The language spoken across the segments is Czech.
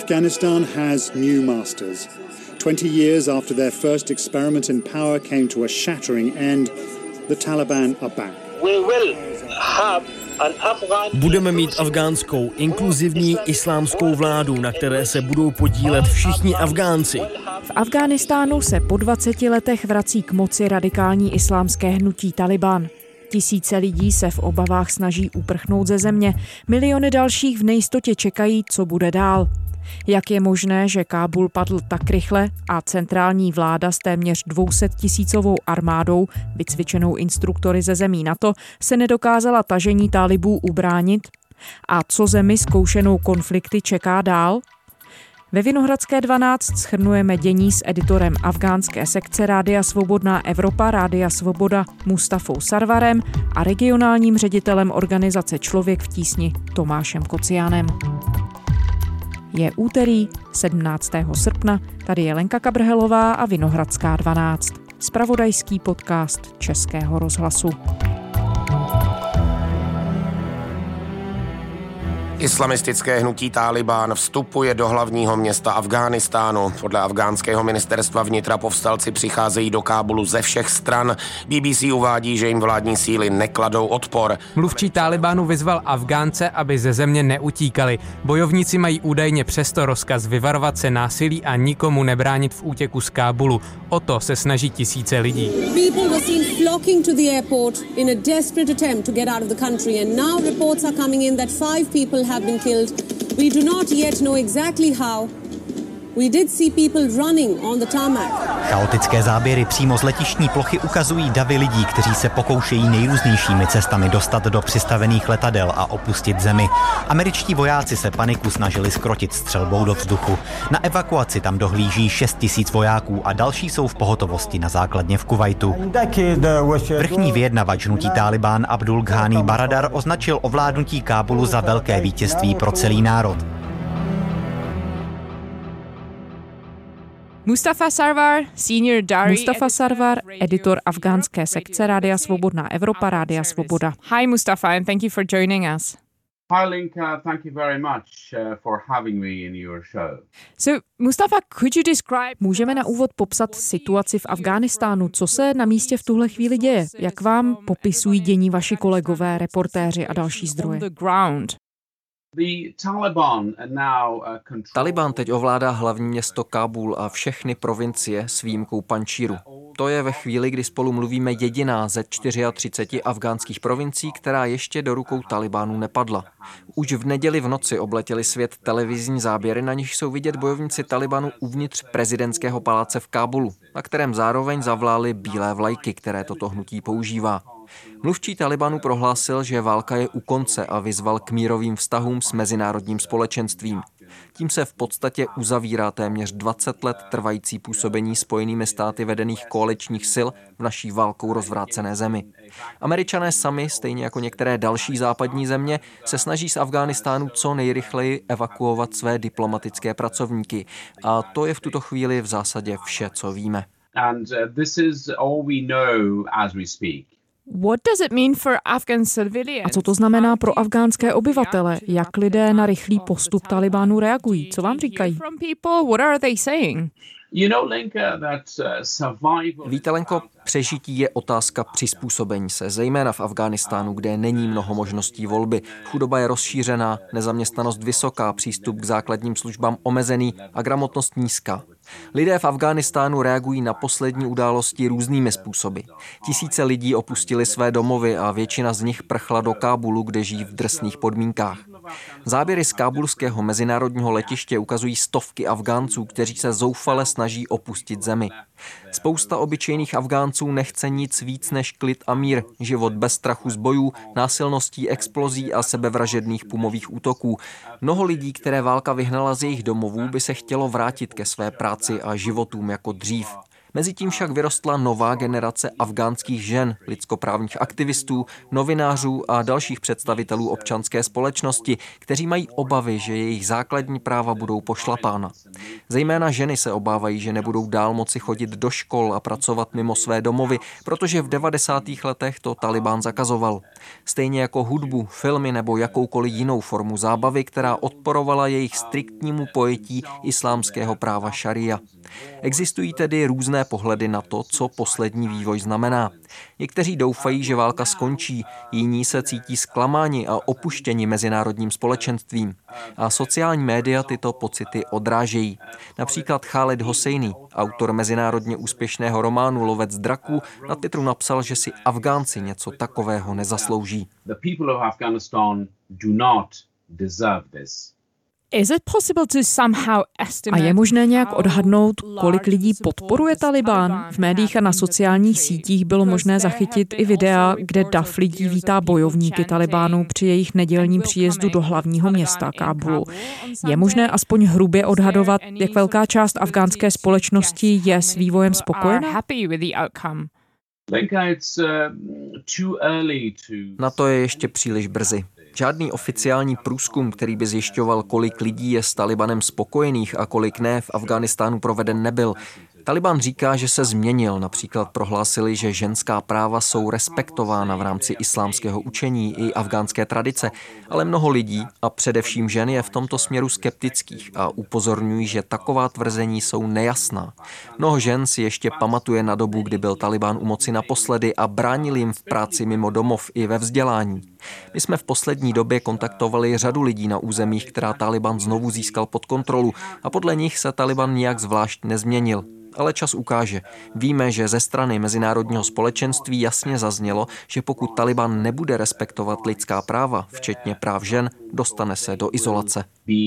Afghanistan has new masters. 20 years after their first experiment in power came to a shattering end, the Taliban are back. We will have Budeme mít afgánskou, inkluzivní islámskou vládu, na které se budou podílet všichni Afgánci. V Afghánistánu se po 20 letech vrací k moci radikální islámské hnutí Taliban. Tisíce lidí se v obavách snaží uprchnout ze země, miliony dalších v nejistotě čekají, co bude dál. Jak je možné, že Kábul padl tak rychle a centrální vláda s téměř 200 000 armádou, vycvičenou instruktory ze zemí NATO, se nedokázala tažení Tálibů ubránit? A co zemi zkoušenou konflikty čeká dál? Ve Vinohradské 12 shrnujeme dění s editorem afgánské sekce Rádia Svobodná Evropa Rádia Svoboda Mustafou Sarwarem a regionálním ředitelem organizace Člověk v tísni Tomášem Kocianem. Je úterý 17. srpna, tady je Lenka Kabrhelová a Vinohradská 12, zpravodajský podcast Českého rozhlasu. Islamistické hnutí Tálibán vstupuje do hlavního města Afghánistánu. Podle afgánského ministerstva vnitra povstalci přicházejí do Kábulu ze všech stran. BBC uvádí, že jim vládní síly nekladou odpor. Mluvčí Tálibánu vyzval Afgánce, aby ze země neutíkali. Bojovníci mají údajně přesto rozkaz vyvarovat se násilí a nikomu nebránit v útěku z Kábulu. O to se snaží tisíce lidí. People were seen flocking to the airport in a desperate attempt to get out of the country, and now reports are coming in that 5 people have been killed. We do not yet know exactly how. We did see people running on the tarmac. Chaotické záběry přímo z letištní plochy ukazují davy lidí, kteří se pokoušejí nejrůznějšími cestami dostat do přistavených letadel a opustit zemi. Američtí vojáci se paniku snažili zkrotit střelbou do vzduchu. Na evakuaci tam dohlíží 6 000 vojáků a další jsou v pohotovosti na základně v Kuvajtu. Vrchní vyjednavač hnutí Tálibán Abdul Ghani Baradar označil ovládnutí Kábulu za velké vítězství pro celý národ. Mustafa Sarwar, editor afgánské sekce Rádia Svobodná Evropa, Rádia Svoboda. Hi Mustafa, and thank you for joining us. Hi Linka, thank you very much for having me in your show. So Mustafa, could you describe... Můžeme na úvod popsat situaci v Afghánistánu. Co se na místě v tuhle chvíli děje? Jak vám popisují dění vaši kolegové, reportéři a další zdroje? Taliban teď ovládá hlavní město Kábul a všechny provincie s výjimkou Pančíru. To je ve chvíli, kdy spolu mluvíme jediná ze 34 afgánských provincií, která ještě do rukou Talibánu nepadla. Už v neděli v noci obletěli svět televizní záběry, na nich jsou vidět bojovníci Talibanu uvnitř prezidentského paláce v Kábulu, na kterém zároveň zavlály bílé vlajky, které toto hnutí používá. Mluvčí Talibanu prohlásil, že válka je u konce a vyzval k mírovým vztahům s mezinárodním společenstvím. Tím se v podstatě uzavírá téměř 20 let trvající působení Spojenými státy vedených koaličních sil v naší válkou rozvrácené zemi. Američané sami, stejně jako některé další západní země, se snaží z Afghánistánu co nejrychleji evakuovat své diplomatické pracovníky. A to je v tuto chvíli v zásadě vše, co víme. And this is all we know as we speak. What does it mean for Afghan civilians? A co to znamená pro afgánské obyvatele? Jak lidé na rychlý postup Talibánu reagují? Co vám říkají? Víte, Lenko, přežití je otázka přizpůsobení se, zejména v Afghánistánu, kde není mnoho možností volby. Chudoba je rozšířená, nezaměstnanost vysoká, přístup k základním službám omezený a gramotnost nízká. Lidé v Afghánistánu reagují na poslední události různými způsoby. Tisíce lidí opustili své domovy a většina z nich prchla do Kábulu, kde žijí v drsných podmínkách. Záběry z kábulského mezinárodního letiště ukazují stovky Afgánců, kteří se zoufale snaží opustit zemi. Spousta obyčejných Afgánců nechce nic víc než klid a mír, život bez strachu z bojů, násilností, explozí a sebevražedných pumových útoků. Mnoho lidí, které válka vyhnala z jejich domovů, by se chtělo vrátit ke své práci a životům jako dřív. Mezitím však vyrostla nová generace afgánských žen, lidskoprávních aktivistů, novinářů a dalších představitelů občanské společnosti, kteří mají obavy, že jejich základní práva budou pošlapána. Zejména ženy se obávají, že nebudou dál moci chodit do škol a pracovat mimo své domovy, protože v 90. letech to Talibán zakazoval. Stejně jako hudbu, filmy nebo jakoukoliv jinou formu zábavy, která odporovala jejich striktnímu pojetí islámského práva šaria. Existují tedy různé pohledy na to, co poslední vývoj znamená. Někteří doufají, že válka skončí, jiní se cítí zklamáni a opuštěni mezinárodním společenstvím. A sociální média tyto pocity odrážejí. Například Khaled Hosseini, autor mezinárodně úspěšného románu Lovec draků, na Twitteru napsal, že si Afgánci něco takového nezaslouží. A je možné nějak odhadnout, kolik lidí podporuje Talibán? V médiích a na sociálních sítích bylo možné zachytit i videa, kde dav lidí vítá bojovníky Talibánu při jejich nedělním příjezdu do hlavního města Kábulu. Je možné aspoň hrubě odhadovat, jak velká část afgánské společnosti je s vývojem spokojená? Na to je ještě příliš brzy. Žádný oficiální průzkum, který by zjišťoval, kolik lidí je s Talibanem spokojených a kolik ne, v Afghánistánu proveden nebyl. Taliban říká, že se změnil, například prohlásili, že ženská práva jsou respektována v rámci islámského učení i afgánské tradice, ale mnoho lidí, a především žen, je v tomto směru skeptických a upozorňují, že taková tvrzení jsou nejasná. Mnoho žen si ještě pamatuje na dobu, kdy byl Taliban u moci naposledy a bránil jim v práci mimo domov i ve vzdělání. My jsme v poslední době kontaktovali řadu lidí na územích, která Taliban znovu získal pod kontrolu, a podle nich se Taliban nijak zvlášť nezměnil. Ale čas ukáže. Víme, že ze strany mezinárodního společenství jasně zaznělo, že pokud Taliban nebude respektovat lidská práva, včetně práv žen, dostane se do izolace.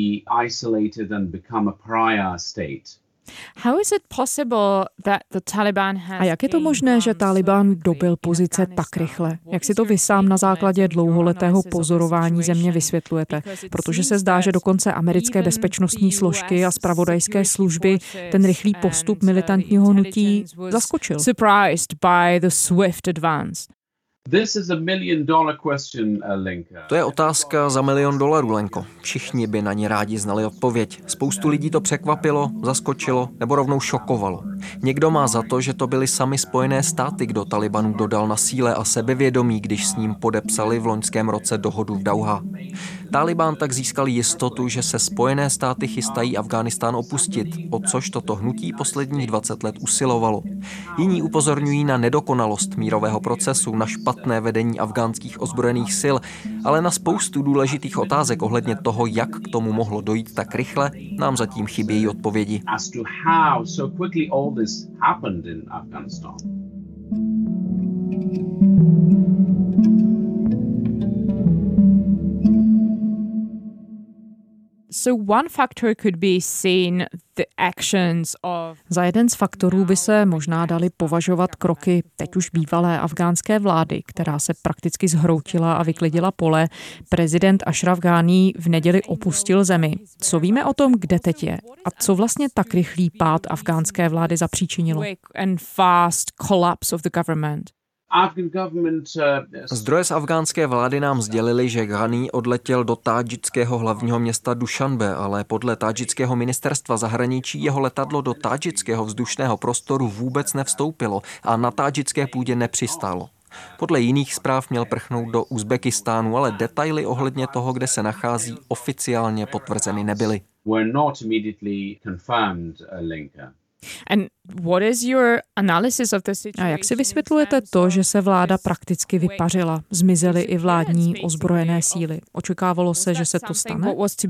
A jak je to možné, že Taliban dobyl pozice tak rychle? Jak si to vy sám na základě dlouholetého pozorování země vysvětlujete? Protože se zdá, že dokonce americké bezpečnostní složky a zpravodajské služby ten rychlý postup militantního hnutí zaskočil. To je otázka za $1 milion, Lenko. Všichni by na ní rádi znali odpověď. Spoustu lidí to překvapilo, zaskočilo nebo rovnou šokovalo. Někdo má za to, že to byly sami Spojené státy, kdo Talibanu dodal na síle a sebevědomí, když s ním podepsali v loňském roce dohodu v Dauhá. Talibán tak získal jistotu, že se Spojené státy chystají Afghánistán opustit, o což toto hnutí posledních 20 let usilovalo. Jiní upozorňují na nedokonalost mírového procesu, na špatné vedení afgánských ozbrojených sil, ale na spoustu důležitých otázek ohledně toho, jak k tomu mohlo dojít tak rychle, nám zatím chybějí odpovědi. Za jeden z faktorů by se možná dali považovat kroky teď už bývalé afgánské vlády, která se prakticky zhroutila a vyklidila pole. Prezident Ashraf Ghani v neděli opustil zemi. Co víme o tom, kde teď je? A co vlastně tak rychlý pád afgánské vlády zapříčinilo? Zdroje z afgánské vlády nám sdělili, že Ghani odletěl do tádžického hlavního města Dušanbe, ale podle tádžického ministerstva zahraničí jeho letadlo do tádžického vzdušného prostoru vůbec nevstoupilo a na tádžické půdě nepřistálo. Podle jiných zpráv měl prchnout do Uzbekistánu, ale detaily ohledně toho, kde se nachází, oficiálně potvrzeny nebyly. A jak si vysvětlujete to, že se vláda prakticky vypařila? Zmizely i vládní ozbrojené síly. Očekávalo se, že se to stane?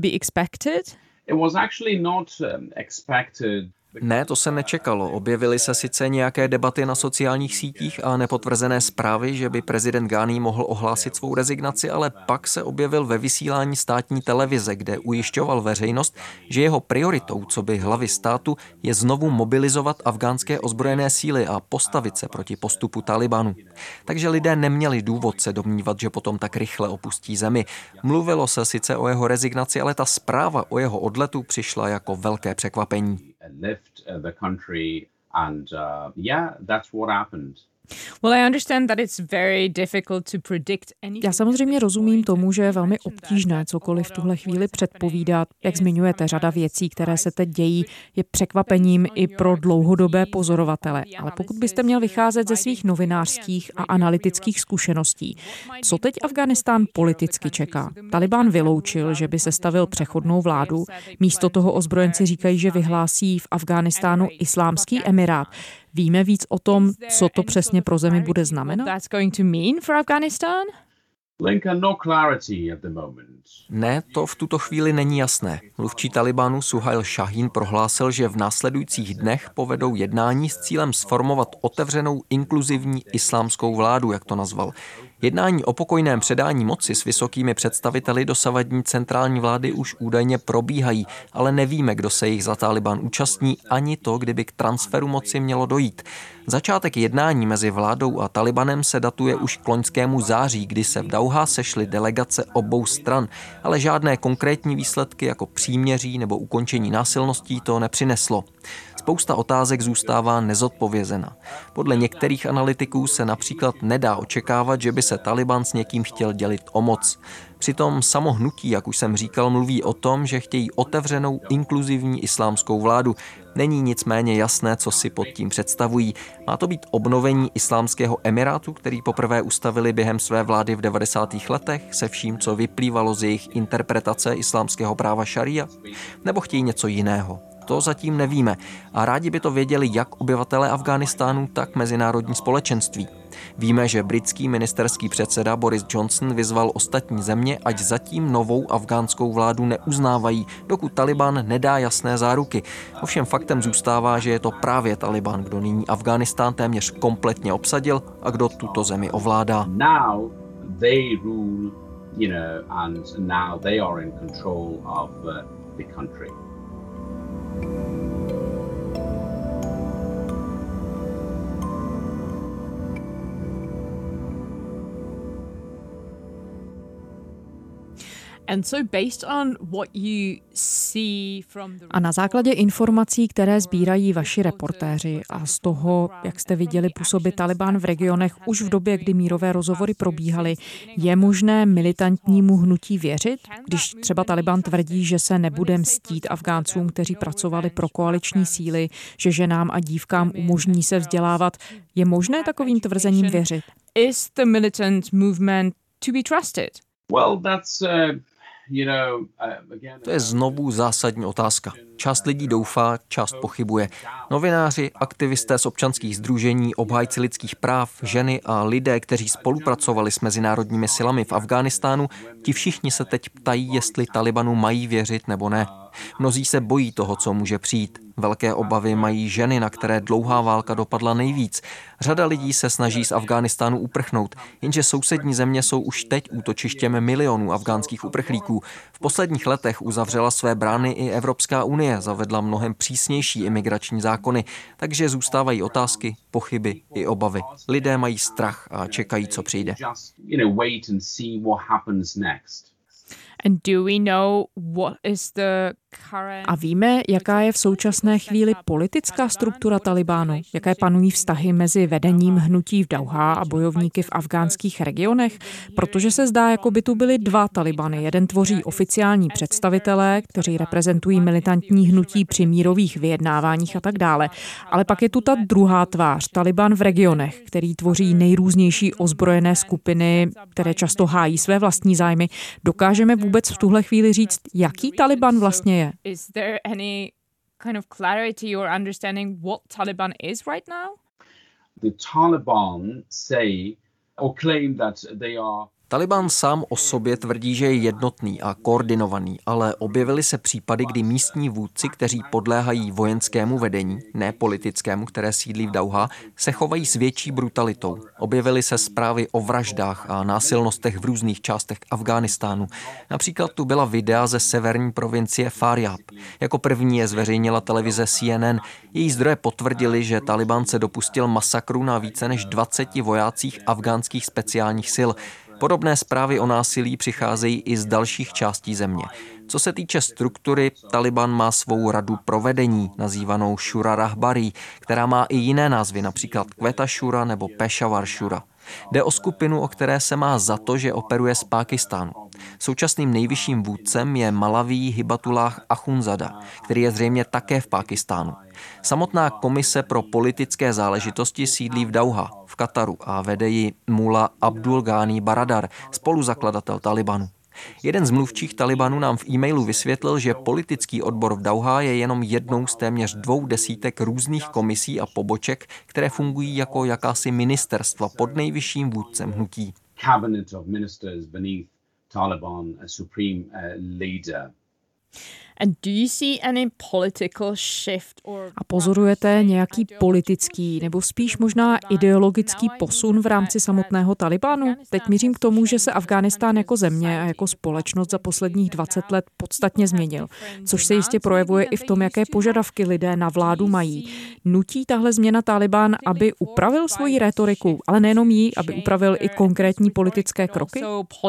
Ne, to se nečekalo. Objevily se sice nějaké debaty na sociálních sítích a nepotvrzené zprávy, že by prezident Ghani mohl ohlásit svou rezignaci, ale pak se objevil ve vysílání státní televize, kde ujišťoval veřejnost, že jeho prioritou, co by hlavy státu, je znovu mobilizovat afgánské ozbrojené síly a postavit se proti postupu Talibanu. Takže lidé neměli důvod se domnívat, že potom tak rychle opustí zemi. Mluvilo se sice o jeho rezignaci, ale ta zpráva o jeho odletu přišla jako velké překvapení. And that's what happened. Já samozřejmě rozumím tomu, že je velmi obtížné cokoliv v tuhle chvíli předpovídat. Jak zmiňujete, řada věcí, které se teď dějí, je překvapením i pro dlouhodobé pozorovatele. Ale pokud byste měl vycházet ze svých novinářských a analytických zkušeností, co teď Afghánistán politicky čeká? Talibán vyloučil, že by sestavil přechodnou vládu. Místo toho ozbrojenci říkají, že vyhlásí v Afghánistánu islámský emirát. Víme víc o tom, co to přesně pro zemi bude znamenat? Ne, to v tuto chvíli není jasné. Mluvčí Talibanu Suhail Shaheen prohlásil, že v následujících dnech povedou jednání s cílem sformovat otevřenou inkluzivní islámskou vládu, jak to nazval. Jednání o pokojném předání moci s vysokými představiteli dosavadní centrální vlády už údajně probíhají, ale nevíme, kdo se jich za Taliban účastní, ani to, kdyby k transferu moci mělo dojít. Začátek jednání mezi vládou a Talibanem se datuje už k loňskému září, kdy se v Dauhá sešly delegace obou stran, ale žádné konkrétní výsledky jako příměří nebo ukončení násilností to nepřineslo. Spousta otázek zůstává nezodpovězena. Podle některých analytiků se například nedá očekávat, že by se Taliban s někým chtěl dělit o moc. Přitom samo hnutí, jak už jsem říkal, mluví o tom, že chtějí otevřenou inkluzivní islámskou vládu. Není nicméně jasné, co si pod tím představují. Má to být obnovení islámského emirátu, který poprvé ustavili během své vlády v 90. letech, se vším, co vyplývalo z jejich interpretace islámského práva šaria? Nebo chtějí něco jiného? To zatím nevíme a rádi by to věděli jak obyvatelé Afghánistánu, tak mezinárodní společenství. Víme, že britský ministerský předseda Boris Johnson vyzval ostatní země, ať zatím novou afgánskou vládu neuznávají, dokud Taliban nedá jasné záruky. Ovšem faktem zůstává, že je to právě Taliban, kdo nyní Afghánistán téměř kompletně obsadil a kdo tuto zemi ovládá. Now they rule, and now they are in control of the country. A na základě informací, které sbírají vaši reportéři a z toho, jak jste viděli působit Taliban v regionech už v době, kdy mírové rozhovory probíhaly, je možné militantnímu hnutí věřit? Když třeba Taliban tvrdí, že se nebude mstít Afgáncům, kteří pracovali pro koaliční síly, že ženám a dívkám umožní se vzdělávat, je možné takovým tvrzením věřit? Is the militant movement to be trusted? Well, that's To je znovu zásadní otázka. Část lidí doufá, část pochybuje. Novináři, aktivisté z občanských sdružení, obhájci lidských práv, ženy a lidé, kteří spolupracovali s mezinárodními silami v Afghánistánu, ti všichni se teď ptají, jestli Talibanu mají věřit nebo ne. Mnozí se bojí toho, co může přijít. Velké obavy mají ženy, na které dlouhá válka dopadla nejvíc. Řada lidí se snaží z Afghánistánu uprchnout, jenže sousední země jsou už teď útočištěm milionů afgánských uprchlíků. V posledních letech uzavřela své brány i Evropská unie, zavedla mnohem přísnější imigrační zákony, takže zůstávají otázky, pochyby i obavy. Lidé mají strach a čekají, co přijde. A víme, jaká je v současné chvíli politická struktura Talibánu? Jaké panují vztahy mezi vedením hnutí v Dauhá a bojovníky v afgánských regionech? Protože se zdá, jako by tu byly dva Talibany. Jeden tvoří oficiální představitelé, kteří reprezentují militantní hnutí při mírových vyjednáváních a tak dále. Ale pak je tu ta druhá tvář, Taliban v regionech, který tvoří nejrůznější ozbrojené skupiny, které často hájí své vlastní zájmy. Dokážeme vůbec v tuhle chvíli říct, jaký Taliban vlastně je? Is there any kind of clarity or understanding what Taliban is right now? The Taliban say or claim that they are. Taliban sám o sobě tvrdí, že je jednotný a koordinovaný, ale objevily se případy, kdy místní vůdci, kteří podléhají vojenskému vedení, ne politickému, které sídlí v Dauhá, se chovají s větší brutalitou. Objevily se zprávy o vraždách a násilnostech v různých částech Afghánistánu. Například tu byla videa ze severní provincie Faryab. Jako první je zveřejnila televize CNN. Její zdroje potvrdili, že Taliban se dopustil masakru na více než 20 vojácích afgánských speciálních sil. Podobné zprávy o násilí přicházejí i z dalších částí země. Co se týče struktury, Taliban má svou radu provedení, nazývanou Shura Rahbari, která má i jiné názvy, například Quetta Shura nebo Peshawar Shura. Jde o skupinu, o které se má za to, že operuje z Pákistánu. Současným nejvyšším vůdcem je Malaví Hibatullah Akhundzada, který je zřejmě také v Pákistánu. Samotná komise pro politické záležitosti sídlí v Dauha, v Kataru a vede ji Mullah Abdul Ghani Baradar, spoluzakladatel Talibanu. Jeden z mluvčích Talibanu nám v e-mailu vysvětlil, že politický odbor v Dauha je jenom jednou z téměř 200 různých komisí a poboček, které fungují jako jakási ministerstva pod nejvyšším vůdcem hnutí. Cabinet of ministers beneath Taliban, a supreme leader. A pozorujete nějaký politický nebo spíš možná ideologický posun v rámci samotného Talibánu? Teď mířím k tomu, že se Afghánistán jako země a jako společnost za posledních 20 let podstatně změnil, což se jistě projevuje i v tom, jaké požadavky lidé na vládu mají. Nutí tahle změna Talibán, aby upravil svoji rétoriku, ale nejenom jí, aby upravil i konkrétní politické kroky?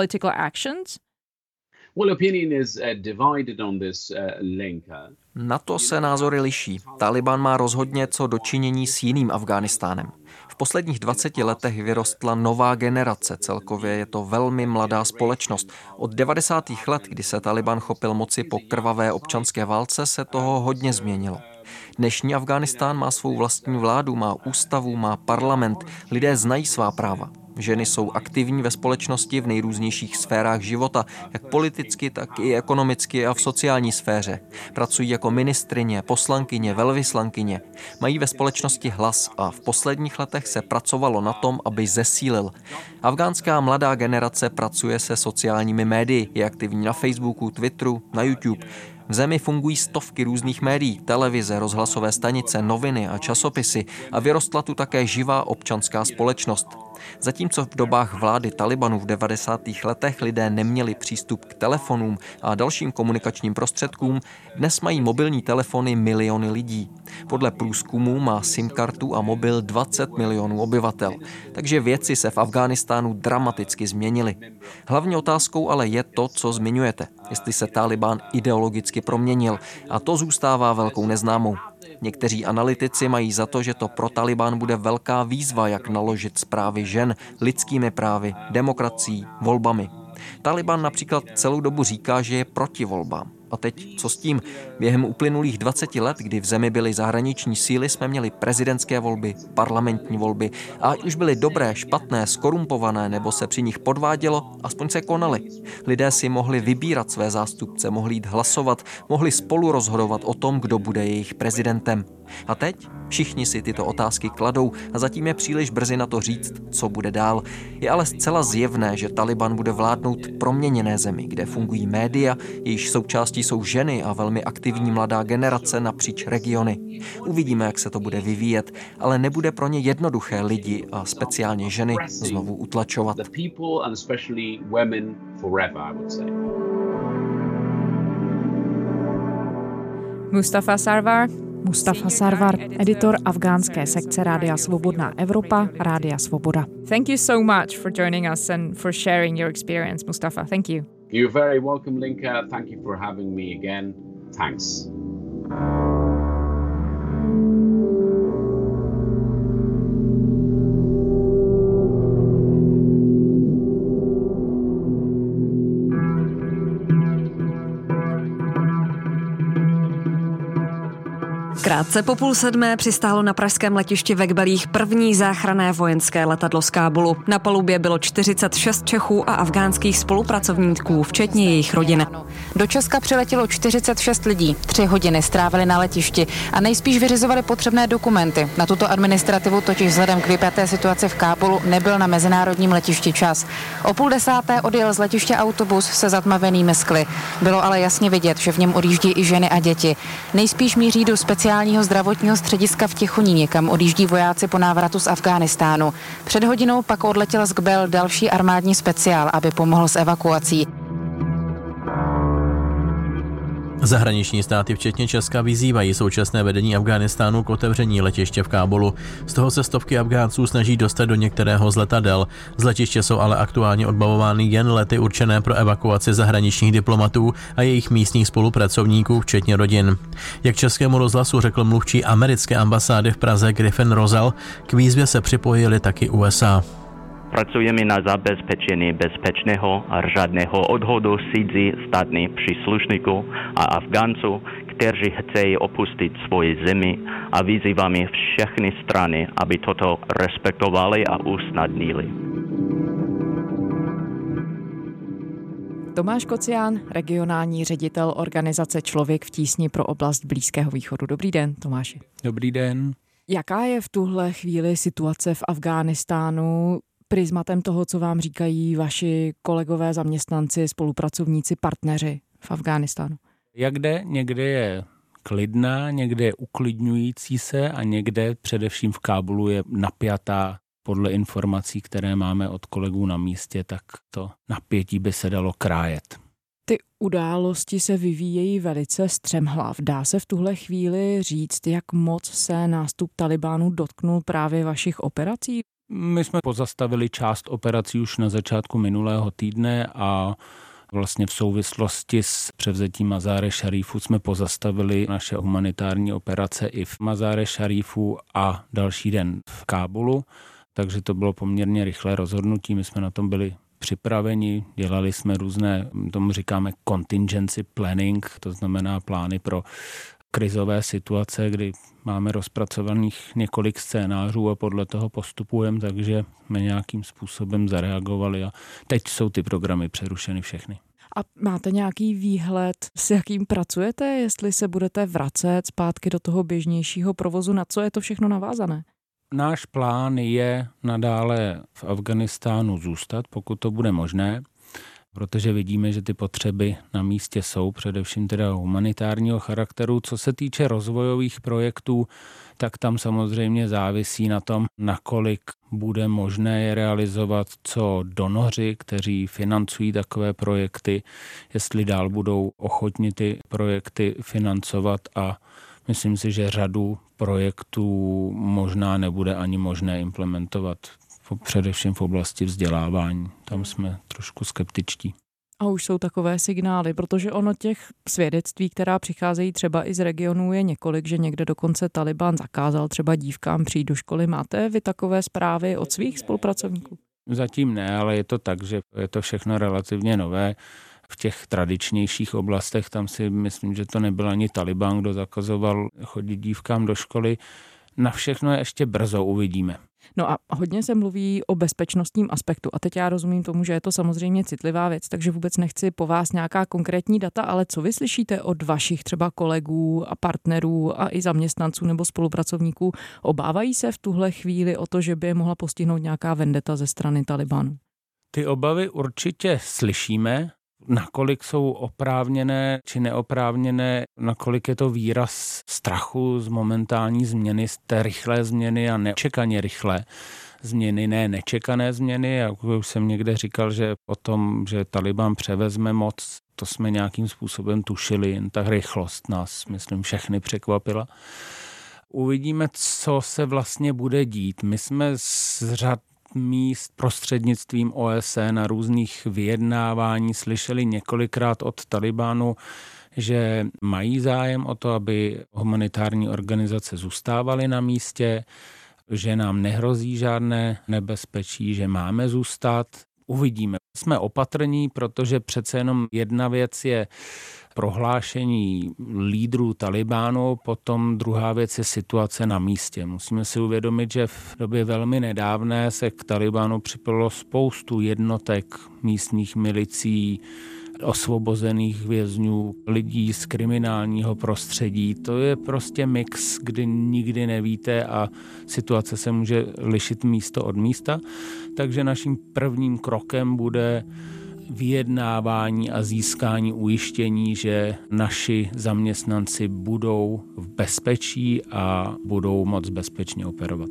Na to se názory liší. Taliban má rozhodně co dočinění s jiným Afghánistánem. V posledních 20 letech vyrostla nová generace, celkově je to velmi mladá společnost. Od 90. let, kdy se Taliban chopil moci po krvavé občanské válce, se toho hodně změnilo. Dnešní Afghánistán má svou vlastní vládu, má ústavu, má parlament, lidé znají svá práva. Ženy jsou aktivní ve společnosti v nejrůznějších sférách života, jak politicky, tak i ekonomicky a v sociální sféře. Pracují jako ministryně, poslankyně, velvyslankyně. Mají ve společnosti hlas a v posledních letech se pracovalo na tom, aby zesílil. Afgánská mladá generace pracuje se sociálními médii, je aktivní na Facebooku, Twitteru, na YouTube. V zemi fungují stovky různých médií, televize, rozhlasové stanice, noviny a časopisy a vyrostla tu také živá občanská společnost. Zatímco v dobách vlády Talibanu v 90. letech lidé neměli přístup k telefonům a dalším komunikačním prostředkům, dnes mají mobilní telefony miliony lidí. Podle průzkumů má SIM-kartu a mobil 20 milionů obyvatel, takže věci se v Afghánistánu dramaticky změnily. Hlavní otázkou ale je to, co zmiňujete, jestli se Taliban ideologicky proměnil, a to zůstává velkou neznámou. Někteří analytici mají za to, že to pro Taliban bude velká výzva, jak naložit s právy žen, lidskými právy, demokracií, volbami. Taliban například celou dobu říká, že je proti volbám. A teď co s tím? Během uplynulých 20 let, kdy v zemi byly zahraniční síly, jsme měli prezidentské volby, parlamentní volby a ať už byly dobré, špatné, skorumpované nebo se při nich podvádělo, aspoň se konaly. Lidé si mohli vybírat své zástupce, mohli jít hlasovat, mohli spolu rozhodovat o tom, kdo bude jejich prezidentem. A teď všichni si tyto otázky kladou a zatím je příliš brzy na to říct, co bude dál. Je ale zcela zjevné, že Taliban bude vládnout proměněné zemi, kde fungují média, jejíž součástí jsou ženy a velmi aktivní mladá generace napříč regiony. Uvidíme, jak se to bude vyvíjet, ale nebude pro ně jednoduché lidi a speciálně ženy znovu utlačovat. Mustafa Sarwar, editor afgánské sekce Rádia Svobodná Evropa, Rádia Svoboda. Thank you so much for joining us and for sharing your experience, Mustafa. Thank you. You're very welcome, Linka. Thank you for having me again. Thanks. Krátce po 6:30 přistálo na pražském letišti ve Kbelích první záchranné vojenské letadlo z Kábulu. Na palubě bylo 46 Čechů a afgánských spolupracovníků, včetně jejich rodin. Do Česka přiletělo 46 lidí, 3 hodiny strávili na letišti a nejspíš vyřizovali potřebné dokumenty. Na tuto administrativu totiž vzhledem k vypjaté situaci v Kábulu nebyl na mezinárodním letišti čas. O 9:30 odjel z letiště autobus se zatmavenými skly. Bylo ale jasně vidět, že v něm odjíždí i ženy a děti. Nejspíš míří do speciálního zdravotního střediska v Těchoníně, kam odjíždí vojáci po návratu z Afghánistánu. Před hodinou pak odletěl z Kbel další armádní speciál, aby pomohl s evakuací. Zahraniční státy včetně Česka vyzývají současné vedení Afghánistánu k otevření letiště v Kábulu. Z toho se stovky Afgánců snaží dostat do některého z letadel. Z letiště jsou ale aktuálně odbavovány jen lety určené pro evakuaci zahraničních diplomatů a jejich místních spolupracovníků, včetně rodin. Jak Českému rozhlasu řekl mluvčí americké ambasády v Praze Griffin Rosal, k výzvě se připojili taky USA. Pracujeme na zabezpečení bezpečného a řádného odchodu cizí státních příslušníků a Afgánců, kteří chtějí opustit svoji zemi, a vyzýváme všechny strany, aby toto respektovali a usnadnili. Tomáš Kocián, regionální ředitel organizace Člověk v tísni pro oblast Blízkého východu. Dobrý den, Tomáši. Dobrý den. Jaká je v tuhle chvíli situace v Afghánistánu prismatem toho, co vám říkají vaši kolegové, zaměstnanci, spolupracovníci, partneři v Afghánistánu? Jak jde? Někde je klidná, někde je uklidňující se a někde, především v Kábulu, je napjatá. Podle informací, které máme od kolegů na místě, tak to napětí by se dalo krájet. Ty události se vyvíjejí velice střemhlav. Dá se v tuhle chvíli říct, jak moc se nástup Talibánu dotknul právě vašich operací? My jsme pozastavili část operací už na začátku minulého týdne a vlastně v souvislosti s převzetím Mazáre Šarífu jsme pozastavili naše humanitární operace i v Mazáre Šarífu a další den v Kábulu. Takže to bylo poměrně rychlé rozhodnutí, my jsme na tom byli připraveni, dělali jsme různé, tomu říkáme contingency planning, to znamená plány pro krizové situace, kdy máme rozpracovaných několik scénářů a podle toho postupujeme, takže jsme nějakým způsobem zareagovali a teď jsou ty programy přerušeny všechny. A máte nějaký výhled, s jakým pracujete, jestli se budete vracet zpátky do toho běžnějšího provozu, na co je to všechno navázané? Náš plán je nadále v Afghánistánu zůstat, pokud to bude možné, protože vidíme, že ty potřeby na místě jsou, především teda humanitárního charakteru. Co se týče rozvojových projektů, tak tam samozřejmě závisí na tom, nakolik bude možné je realizovat, co donoři, kteří financují takové projekty, jestli dál budou ochotni ty projekty financovat a myslím si, že řadu projektů možná nebude ani možné implementovat, především v oblasti vzdělávání. Tam jsme trošku skeptičtí. A už jsou takové signály, protože ono těch svědectví, která přicházejí třeba i z regionů, je několik, že někde dokonce Taliban zakázal třeba dívkám přijít do školy. Máte vy takové zprávy od svých spolupracovníků? Zatím ne, ale je to tak, že je to všechno relativně nové. V těch tradičnějších oblastech tam si myslím, že to nebyl ani Taliban, kdo zakazoval chodit dívkám do školy. Na všechno je ještě brzo, uvidíme. No a hodně se mluví o bezpečnostním aspektu a teď já rozumím tomu, že je to samozřejmě citlivá věc, takže vůbec nechci po vás nějaká konkrétní data, ale co vy slyšíte od vašich třeba kolegů a partnerů a i zaměstnanců nebo spolupracovníků? Obávají se v tuhle chvíli o to, že by je mohla postihnout nějaká vendeta ze strany Talibanu? Ty obavy určitě slyšíme. Nakolik jsou oprávněné či neoprávněné, nakolik je to výraz strachu z momentální změny, z té rychlé změny a nečekaně rychlé změny, ne nečekané změny. Jak už jsem někde říkal, že o tom, že Taliban převezme moc, to jsme nějakým způsobem tušili, jen ta rychlost nás, myslím, všechny překvapila. Uvidíme, co se vlastně bude dít. My jsme z řad míst prostřednictvím OSN a různých vyjednávání slyšeli několikrát od Talibánu, že mají zájem o to, aby humanitární organizace zůstávaly na místě, že nám nehrozí žádné nebezpečí, že máme zůstat. Uvidíme. Jsme opatrní, protože přece jenom jedna věc je prohlášení lídrů Talibánu, potom druhá věc je situace na místě. Musíme si uvědomit, že v době velmi nedávné se k Talibánu připojilo spoustu jednotek místních milicí, osvobozených vězňů, lidí z kriminálního prostředí. To je prostě mix, kdy nikdy nevíte a situace se může lišit místo od místa. Takže naším prvním krokem bude vyjednávání a získání ujištění, že naši zaměstnanci budou v bezpečí a budou moc bezpečně operovat.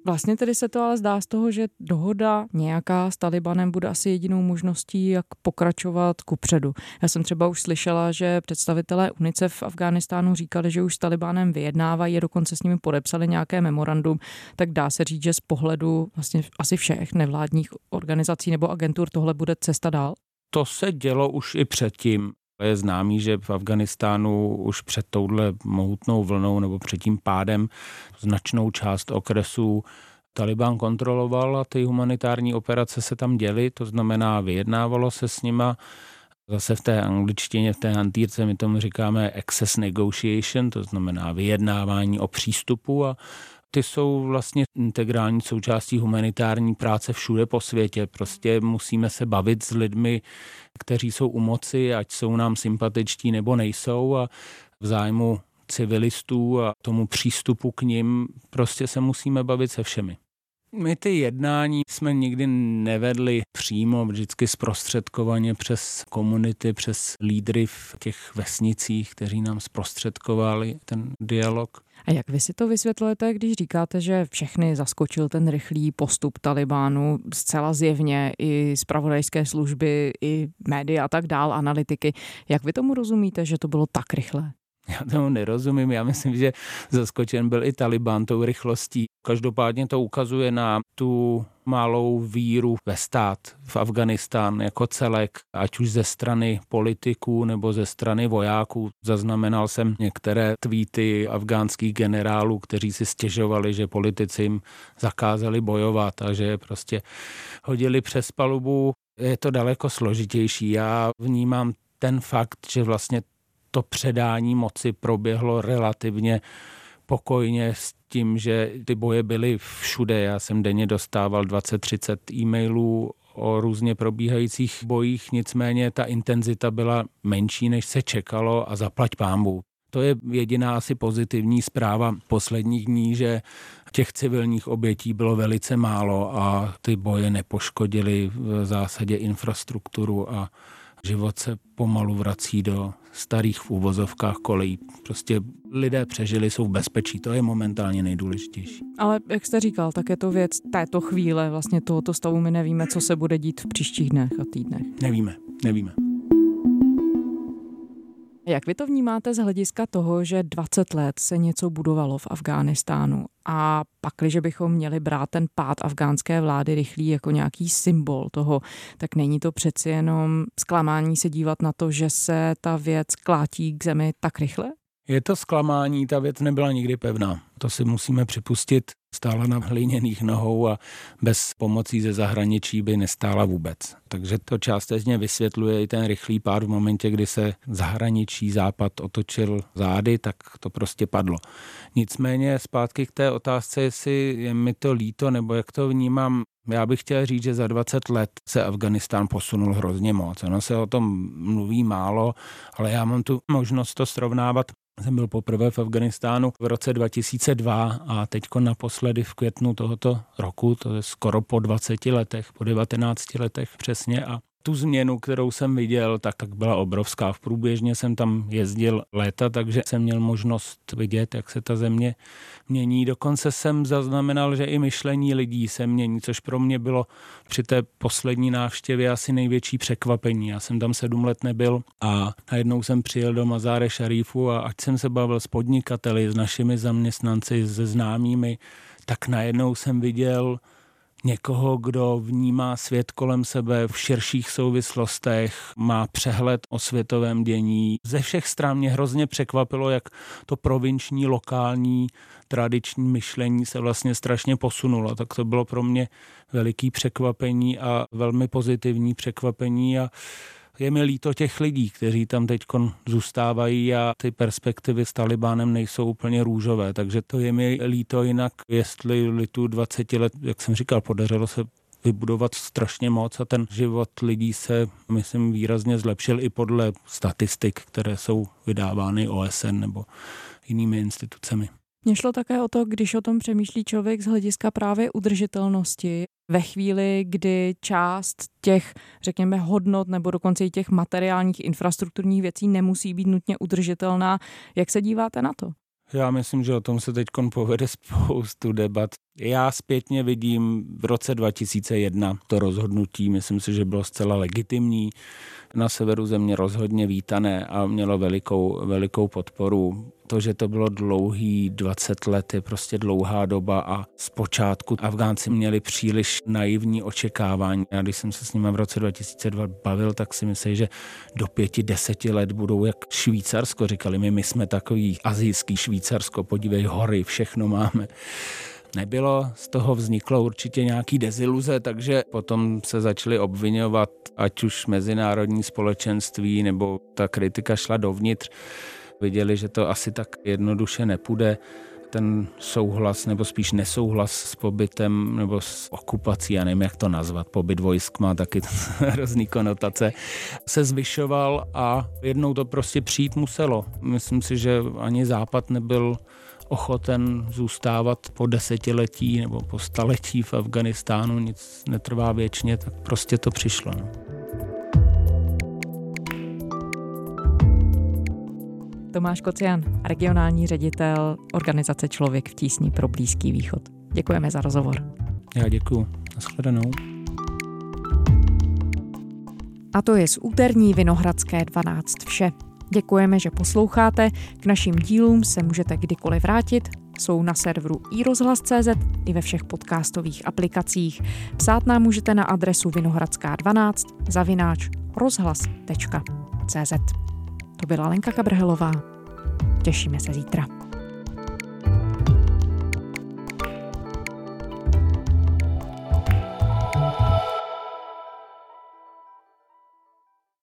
Vlastně tedy se to ale zdá z toho, že dohoda nějaká s Talibanem bude asi jedinou možností, jak pokračovat kupředu. Já jsem třeba už slyšela, že představitelé UNICEF v Afghánistánu říkali, že už s Talibánem vyjednávají a dokonce s nimi podepsali nějaké memorandum, tak dá se říct, že z pohledu vlastně asi všech nevládních organizací nebo agentur tohle bude cesta dál? To se dělo už i předtím. Je známý, že v Afghánistánu už před touhle mohutnou vlnou nebo před tím pádem značnou část okresů Taliban kontroloval a ty humanitární operace se tam děly, to znamená vyjednávalo se s nima. Zase v té angličtině, v té hantýrce my tomu říkáme access negotiation, to znamená vyjednávání o přístupu a ty jsou vlastně integrální součástí humanitární práce všude po světě. Prostě musíme se bavit s lidmi, kteří jsou u moci, ať jsou nám sympatičtí nebo nejsou a v zájmu civilistů a tomu přístupu k nim prostě se musíme bavit se všemi. My ty jednání jsme nikdy nevedli přímo, vždycky zprostředkovaně přes komunity, přes lídry v těch vesnicích, kteří nám zprostředkovali ten dialog. A jak vy si to vysvětlujete, když říkáte, že všechny zaskočil ten rychlý postup Talibánu, zcela zjevně i zpravodajské služby, i média a tak dál, analytiky. Jak vy tomu rozumíte, že to bylo tak rychlé? Já tomu nerozumím, já myslím, že zaskočen byl i Taliban tou rychlostí. Každopádně to ukazuje na tu malou víru ve stát, v Afghánistán jako celek, ať už ze strany politiků nebo ze strany vojáků. Zaznamenal jsem některé tweety afgánských generálů, kteří si stěžovali, že politici jim zakázali bojovat a že prostě hodili přes palubu. Je to daleko složitější. Já vnímám ten fakt, že vlastně to předání moci proběhlo relativně pokojně s tím, že ty boje byly všude. Já jsem denně dostával 20-30 e-mailů o různě probíhajících bojích, nicméně ta intenzita byla menší, než se čekalo a zaplať pánbůh. To je jediná asi pozitivní zpráva posledních dní, že těch civilních obětí bylo velice málo a ty boje nepoškodily v zásadě infrastrukturu a život se pomalu vrací do starých v úvozovkách kolejí. Prostě lidé přežili, jsou v bezpečí, to je momentálně nejdůležitější. Ale jak jste říkal, tak je to věc této chvíle, vlastně tohoto stavu my nevíme, co se bude dít v příštích dnech a týdnech. Nevíme. Jak vy to vnímáte z hlediska toho, že 20 let se něco budovalo v Afghánistánu a pakliže bychom měli brát ten pád afgánské vlády rychlý jako nějaký symbol toho, tak není to přeci jenom zklamání se dívat na to, že se ta věc klátí k zemi tak rychle? Je to zklamání, ta věc nebyla nikdy pevná. To si musíme připustit, stála na hliněných nohou a bez pomocí ze zahraničí by nestála vůbec. Takže to částečně vysvětluje i ten rychlý pád v momentě, kdy se zahraničí západ otočil zády, tak to prostě padlo. Nicméně zpátky k té otázce, jestli je mi to líto, nebo jak to vnímám. Já bych chtěl říct, že za 20 let se Afghánistán posunul hrozně moc. Ono se o tom mluví málo, ale já mám tu možnost to srovnávat. Jsem byl poprvé v Afghánistánu v roce 2002 a teďko naposledy v květnu tohoto roku, to je skoro po 20 letech, po 19 letech přesně a tu změnu, kterou jsem viděl, tak byla obrovská. Průběžně jsem tam jezdil léta, takže jsem měl možnost vidět, jak se ta země mění. Dokonce jsem zaznamenal, že i myšlení lidí se mění, což pro mě bylo při té poslední návštěvě asi největší překvapení. Já jsem tam 7 let nebyl a najednou jsem přijel do Mazáre Šarífu a ať jsem se bavil s podnikateli, s našimi zaměstnanci, se známými, tak najednou jsem viděl někoho, kdo vnímá svět kolem sebe v širších souvislostech, má přehled o světovém dění. Ze všech stran mě hrozně překvapilo, jak to provinční, lokální, tradiční myšlení se vlastně strašně posunulo. Tak to bylo pro mě veliký překvapení a velmi pozitivní překvapení a je mi líto těch lidí, kteří tam teď zůstávají a ty perspektivy s Talibánem nejsou úplně růžové, takže to je mi líto jinak, jestli litu 20 let, jak jsem říkal, podařilo se vybudovat strašně moc a ten život lidí se, myslím, výrazně zlepšil i podle statistik, které jsou vydávány OSN nebo jinými institucemi. Mně šlo také o to, když o tom přemýšlí člověk z hlediska právě udržitelnosti, ve chvíli, kdy část těch, řekněme, hodnot nebo dokonce i těch materiálních infrastrukturních věcí nemusí být nutně udržitelná. Jak se díváte na to? Já myslím, že o tom se teď povede spoustu debat. Já zpětně vidím v roce 2001 to rozhodnutí, myslím si, že bylo zcela legitimní, na severu země rozhodně vítané a mělo velikou podporu. To, že to bylo dlouhý 20 let, je prostě dlouhá doba a zpočátku Afgánci měli příliš naivní očekávání. Já když jsem se s nimi v roce 2002 bavil, tak si myslím, že do 5-10 let budou jak Švýcarsko. Říkali my jsme takový asijský Švýcarsko, podívej, hory, všechno máme. Nebylo, z toho vzniklo určitě nějaký deziluze, takže potom se začali obvinovat, ať už mezinárodní společenství, nebo ta kritika šla dovnitř. Viděli, že to asi tak jednoduše nepůjde. Ten souhlas, nebo spíš nesouhlas s pobytem, nebo s okupací, já nevím, jak to nazvat, pobyt vojsk má taky hrozný konotace, se zvyšoval a jednou to prostě přijít muselo. Myslím si, že ani Západ nebyl ochoten zůstávat po desetiletí nebo po staletí v Afghánistánu, nic netrvá věčně, tak prostě to přišlo. No. Tomáš Kocian, regionální ředitel organizace Člověk v tísni pro Blízký východ. Děkujeme za rozhovor. Já děkuju. Nashledanou. A to je z úterní Vinohradské 12 vše. Děkujeme, že posloucháte. K našim dílům se můžete kdykoliv vrátit. Jsou na serveru iRozhlas.cz i ve všech podcastových aplikacích. Psát nám můžete na adresu vinohradská12@rozhlas.cz. To byla Lenka Kabrhelová. Těšíme se zítra.